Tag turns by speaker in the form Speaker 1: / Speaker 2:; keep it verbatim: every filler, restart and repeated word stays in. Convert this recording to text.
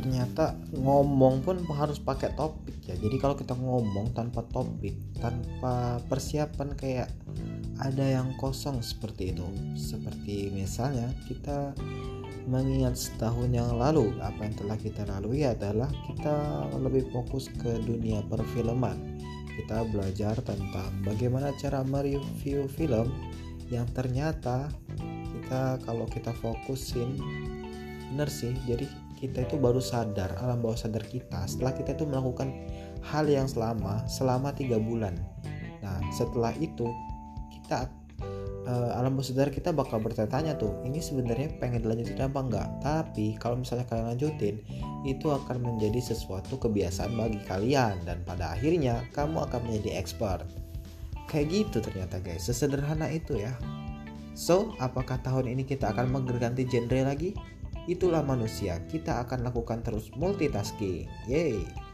Speaker 1: ternyata ngomong pun harus pakai topik ya. Jadi kalau kita ngomong tanpa topik, tanpa persiapan, kayak ada yang kosong seperti itu. Seperti misalnya kita mengingat setahun yang lalu, apa yang telah kita lalui adalah kita lebih fokus ke dunia perfilman. Kita belajar tentang bagaimana cara mereview film yang ternyata kita kalau kita fokusin bener sih, jadi kita itu baru sadar, alam bawah sadar kita setelah kita itu melakukan hal yang selama selama tiga bulan. Nah setelah itu kita uh, alam bawah sadar kita bakal bertanya tuh, ini sebenarnya pengen dilanjutin apa enggak. Tapi kalau misalnya kalian lanjutin, itu akan menjadi sesuatu kebiasaan bagi kalian, dan pada akhirnya kamu akan menjadi expert. Kayak gitu ternyata guys, sesederhana itu ya. So, apakah tahun ini kita akan mengganti genre lagi? Itulah manusia, kita akan lakukan terus multitasking. Yeay.